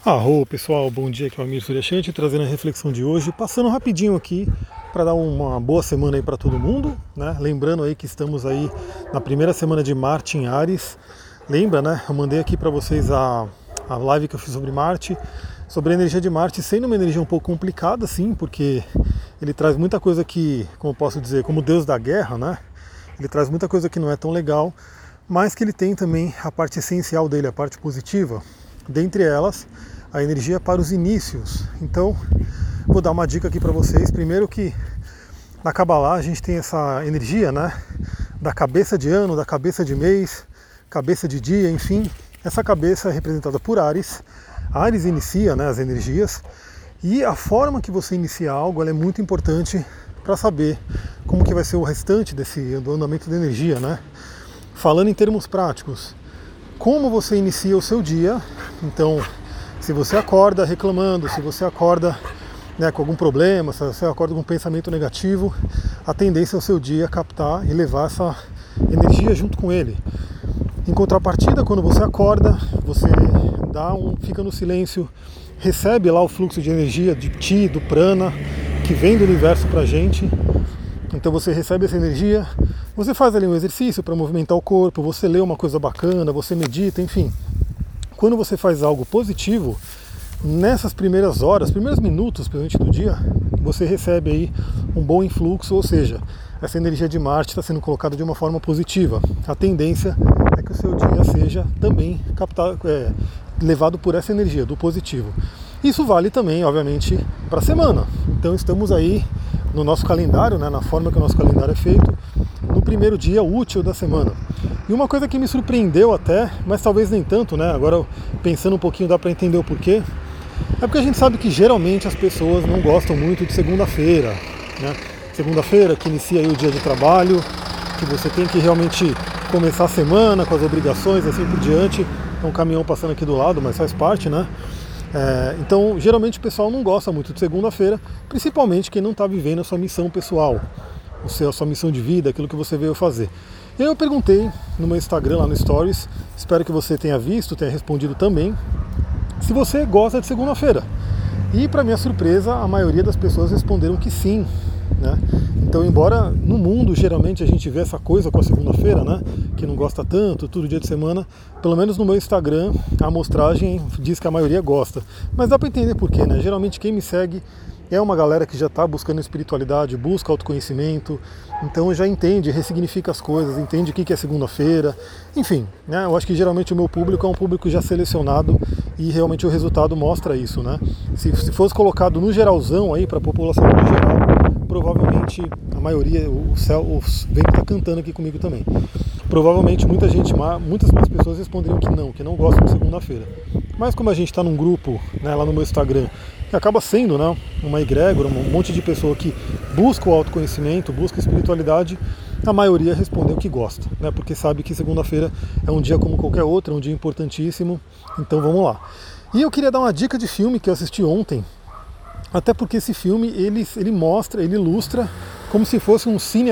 Arro, pessoal, bom dia, aqui é o Amir Suryashanti trazendo a reflexão de hoje, passando rapidinho aqui para dar uma boa semana aí para todo mundo, né? Lembrando aí que estamos aí na primeira semana de Marte em Áries. Lembra, né? Eu mandei aqui para vocês a live que eu fiz sobre Marte, sobre a energia de Marte, sendo uma energia um pouco complicada, sim, porque ele traz muita coisa que, como eu posso dizer, como Deus da guerra, né? Ele traz muita coisa que não é tão legal, mas que ele tem também a parte essencial dele, a parte positiva. Dentre elas, a energia para os inícios. Então, vou dar uma dica aqui para vocês. Primeiro que na Kabbalah a gente tem essa energia, né, da cabeça de ano, da cabeça de mês, cabeça de dia, enfim. Essa cabeça é representada por Áries. Áries inicia, né, as energias. E a forma que você inicia algo ela é muito importante para saber como que vai ser o restante do andamento da energia, né? Falando em termos práticos, como você inicia o seu dia. Então, se você acorda reclamando, se você acorda, né, com algum problema, se você acorda com um pensamento negativo, a tendência é o seu dia captar e levar essa energia junto com ele. Em contrapartida, quando você acorda, você fica no silêncio, recebe lá o fluxo de energia de Ti, do prana, que vem do universo pra gente. Então você recebe essa energia, você faz ali um exercício para movimentar o corpo, você lê uma coisa bacana, você medita, enfim. Quando você faz algo positivo, nessas primeiras horas, primeiros minutos principalmente do dia, você recebe aí um bom influxo, ou seja, essa energia de Marte está sendo colocada de uma forma positiva. A tendência é que o seu dia seja também levado por essa energia, do positivo. Isso vale também, obviamente, para a semana. Então estamos aí no nosso calendário, né, na forma que o nosso calendário é feito, no primeiro dia útil da semana. E uma coisa que me surpreendeu até, mas talvez nem tanto, né? Agora pensando um pouquinho dá para entender o porquê. É porque a gente sabe que geralmente as pessoas não gostam muito de segunda-feira, né? Segunda-feira que inicia aí o dia de trabalho, que você tem que realmente começar a semana com as obrigações, assim por diante. É um caminhão passando aqui do lado, mas faz parte, né? Então, geralmente o pessoal não gosta muito de segunda-feira, principalmente quem não está vivendo a sua missão pessoal, a sua missão de vida, aquilo que você veio fazer. Eu perguntei no meu Instagram, lá no Stories, espero que você tenha visto, tenha respondido também, se você gosta de segunda-feira. E para minha surpresa, a maioria das pessoas responderam que sim, né? Então, embora no mundo geralmente a gente vê essa coisa com a segunda-feira, né, que não gosta tanto, tudo dia de semana, pelo menos no meu Instagram a amostragem diz que a maioria gosta. Mas dá para entender por quê, né? Geralmente quem me segue é uma galera que já está buscando espiritualidade, busca autoconhecimento, então já entende, ressignifica as coisas, entende o que é segunda-feira, enfim, né? Eu acho que geralmente o meu público é um público já selecionado e realmente o resultado mostra isso, né? Se fosse colocado no geralzão aí para a população no geral, provavelmente a maioria, o vento está cantando aqui comigo também. Provavelmente muitas mais pessoas responderiam que não gostam de segunda-feira. Mas como a gente está num grupo, né, lá no meu Instagram, que acaba sendo, né, uma egrégora, um monte de pessoa que busca o autoconhecimento, busca a espiritualidade, a maioria respondeu que gosta, né, porque sabe que segunda-feira é um dia como qualquer outro, é um dia importantíssimo, então vamos lá. E eu queria dar uma dica de filme que eu assisti ontem, até porque esse filme ele mostra, ele ilustra como se fosse um cine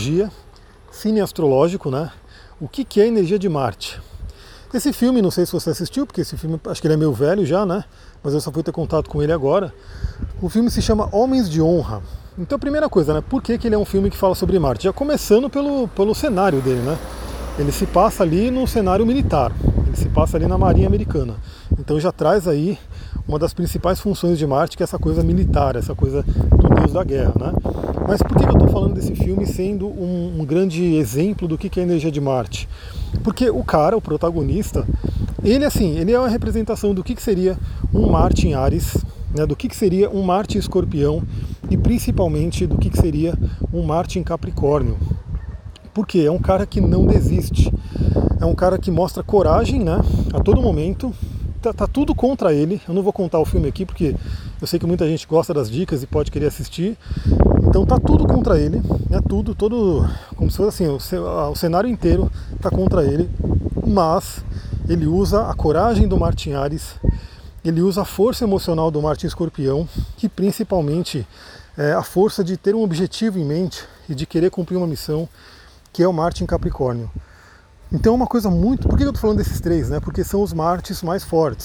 astrológico, né? O que é a energia de Marte. Esse filme, não sei se você assistiu, porque esse filme, acho que ele é meio velho já, né? Mas eu só fui ter contato com ele agora. O filme se chama Homens de Honra. Então, a primeira coisa, né? Por que ele é um filme que fala sobre Marte? Já começando pelo cenário dele, né? Ele se passa ali no cenário militar, ele se passa ali na Marinha Americana. Então já traz aí uma das principais funções de Marte, que é essa coisa militar, essa coisa do Deus da guerra, né? Mas por que eu estou falando desse filme sendo um grande exemplo do que é a energia de Marte? Porque o cara, o protagonista, ele é uma representação do que seria um Marte em Áries, né, do que seria um Marte em Escorpião e principalmente do que seria um Marte em Capricórnio. Porque é um cara que não desiste, é um cara que mostra coragem, né, a todo momento. Tá tudo contra ele. Eu não vou contar o filme aqui porque eu sei que muita gente gosta das dicas e pode querer assistir. Então tá tudo contra ele, né? Todo como se fosse assim, o cenário inteiro tá contra ele, mas ele usa a coragem do Marte em Áries, ele usa a força emocional do Marte em Escorpião, que principalmente é a força de ter um objetivo em mente e de querer cumprir uma missão, que é o Marte em Capricórnio. Então é uma coisa muito... Por que eu estou falando desses três, né? Porque são os Martes mais fortes.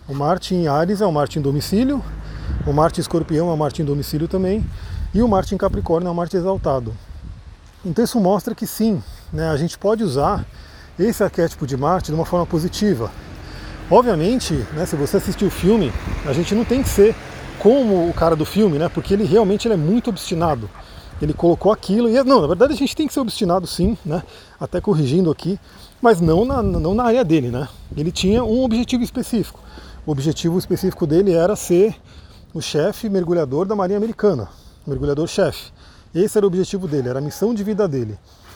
O Marte em Áries é o Marte em domicílio, o Marte em Escorpião é o Marte em domicílio também, e o Marte em Capricórnio é o Marte exaltado. Então isso mostra que sim, né, a gente pode usar esse arquétipo de Marte de uma forma positiva. Obviamente, né, se você assistir o filme, a gente não tem que ser como o cara do filme, né, porque ele realmente é muito obstinado. Ele colocou aquilo, e não, na verdade a gente tem que ser obstinado sim, né, até corrigindo aqui, mas não na área dele, né. Ele tinha um objetivo específico. O objetivo específico dele era ser o chefe mergulhador da Marinha Americana, mergulhador-chefe. Esse era o objetivo dele, era a missão de vida dele.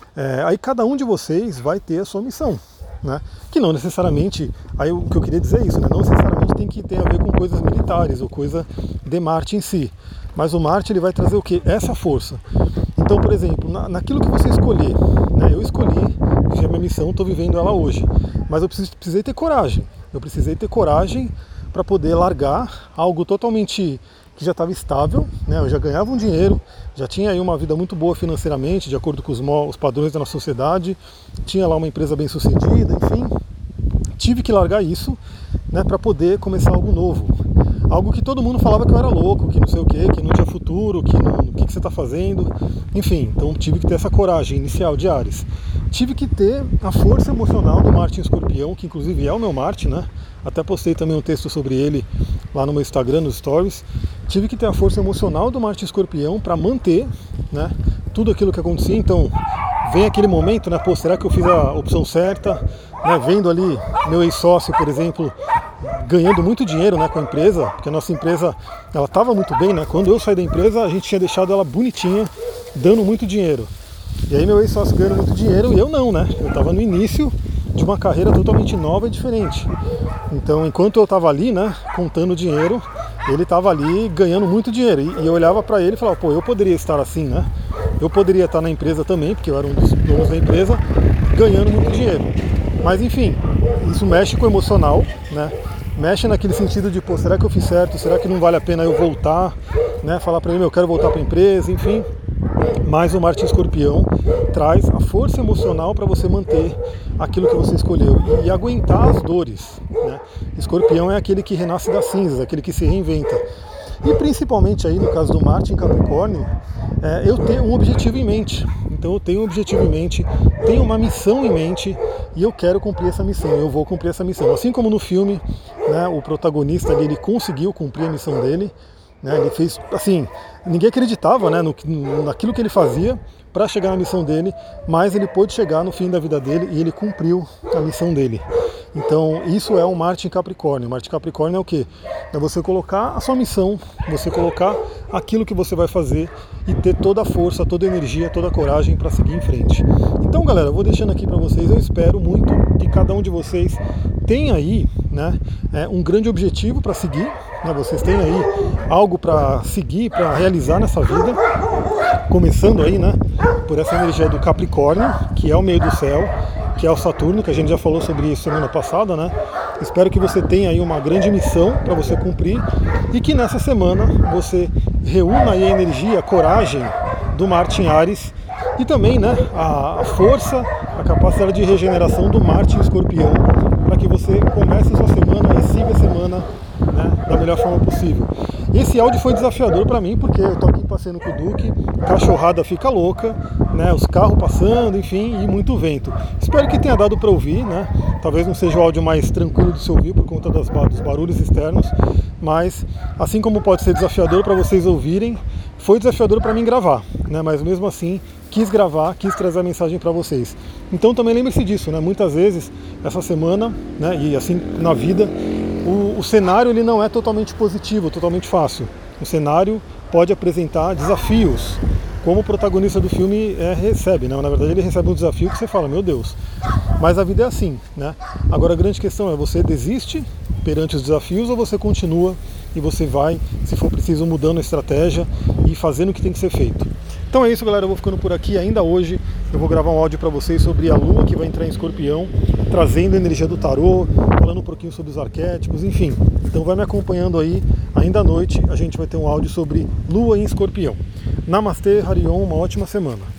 Aí cada um de vocês vai ter a sua missão, né? Que não necessariamente, aí o que eu queria dizer é isso, né? Não necessariamente tem que ter a ver com coisas militares ou coisa de Marte em si. Mas o Marte ele vai trazer o quê? Essa força. Então, por exemplo, naquilo que você escolher, né? Eu escolhi, fiz a minha missão, estou vivendo ela hoje. Mas eu precisei ter coragem. Eu precisei ter coragem para poder largar algo totalmente que já estava estável, né? Eu já ganhava um dinheiro, já tinha aí uma vida muito boa financeiramente, de acordo com os padrões da nossa sociedade, tinha lá uma empresa bem sucedida, enfim. Tive que largar isso, né, para poder começar algo novo. Algo que todo mundo falava que eu era louco, que não sei o quê, que não tinha futuro, que o que você está fazendo. Enfim, então tive que ter essa coragem inicial de Áries. Tive que ter a força emocional do Marte em Escorpião, que inclusive é o meu Marte, né? Até postei também um texto sobre ele lá no meu Instagram, nos Stories. Tive que ter a força emocional do Marte em Escorpião para manter, né, tudo aquilo que acontecia. Então, vem aquele momento, né? Pô, será que eu fiz a opção certa? Né, vendo ali meu ex-sócio, por exemplo, ganhando muito dinheiro, né, com a empresa, porque a nossa empresa ela estava muito bem, né? Quando eu saí da empresa, a gente tinha deixado ela bonitinha, dando muito dinheiro. E aí meu ex-sócio ganhando muito dinheiro e eu não, né? Eu estava no início de uma carreira totalmente nova e diferente. Então, enquanto eu estava ali, né, contando dinheiro, ele estava ali ganhando muito dinheiro. E eu olhava para ele e falava, pô, eu poderia estar assim, né? Eu poderia estar na empresa também, porque eu era um dos donos da empresa, ganhando muito dinheiro. Mas enfim, isso mexe com o emocional, né? Mexe naquele sentido de, pô, será que eu fiz certo? Será que não vale a pena eu voltar? Né? Falar para ele, eu quero voltar para a empresa, enfim. Mas o Marte em Escorpião traz a força emocional para você manter aquilo que você escolheu e aguentar as dores, né? Escorpião é aquele que renasce das cinzas, aquele que se reinventa. E principalmente aí no caso do Marte em Capricórnio, eu tenho um objetivo em mente. Então eu tenho um objetivo em mente, tenho uma missão em mente e eu quero cumprir essa missão, eu vou cumprir essa missão. Assim como no filme, né, o protagonista ali, ele conseguiu cumprir a missão dele, né, ele fez, assim, ninguém acreditava, né, naquilo que ele fazia para chegar na missão dele, mas ele pôde chegar no fim da vida dele e ele cumpriu a missão dele. Então isso é um Marte em Capricórnio. Marte em Capricórnio é o quê? É você colocar a sua missão, você colocar aquilo que você vai fazer e ter toda a força, toda a energia, toda a coragem para seguir em frente. Então galera, eu vou deixando aqui para vocês, eu espero muito que cada um de vocês tenha aí, né, um grande objetivo para seguir, né, vocês têm aí algo para seguir, para realizar nessa vida, começando aí, né, por essa energia do Capricórnio, que é o meio do céu, que é o Saturno, que a gente já falou sobre isso semana passada, né? Espero que você tenha aí uma grande missão para você cumprir e que nessa semana você reúna aí a energia, a coragem do Marte em Áries e também, né, a força, a capacidade de regeneração do Marte em Escorpião para que você comece a sua semana e siga a semana, né, da melhor forma possível. Esse áudio foi desafiador para mim porque eu tô aqui passeando com o Duque, cachorrada fica louca, né, os carros passando, enfim, e muito vento. Espero que tenha dado para ouvir, né? Talvez não seja o áudio mais tranquilo de se ouvir por conta dos barulhos externos, mas assim como pode ser desafiador para vocês ouvirem, foi desafiador para mim gravar, né? Mas mesmo assim quis gravar, quis trazer a mensagem para vocês. Então também lembre-se disso, né? Muitas vezes essa semana, né, e assim na vida, o cenário ele não é totalmente positivo, totalmente fácil. O cenário pode apresentar desafios, como o protagonista do filme recebe, né? Na verdade ele recebe um desafio que você fala, meu Deus, mas a vida é assim, né? Agora a grande questão é, você desiste perante os desafios ou você continua e você vai, se for preciso, mudando a estratégia e fazendo o que tem que ser feito. Então é isso, galera, eu vou ficando por aqui. Ainda hoje eu vou gravar um áudio para vocês sobre a Lua que vai entrar em Escorpião, trazendo a energia do tarô, falando um pouquinho sobre os arquétipos, enfim. Então vai me acompanhando aí, ainda à noite a gente vai ter um áudio sobre Lua em Escorpião. Namastê, Harion, uma ótima semana.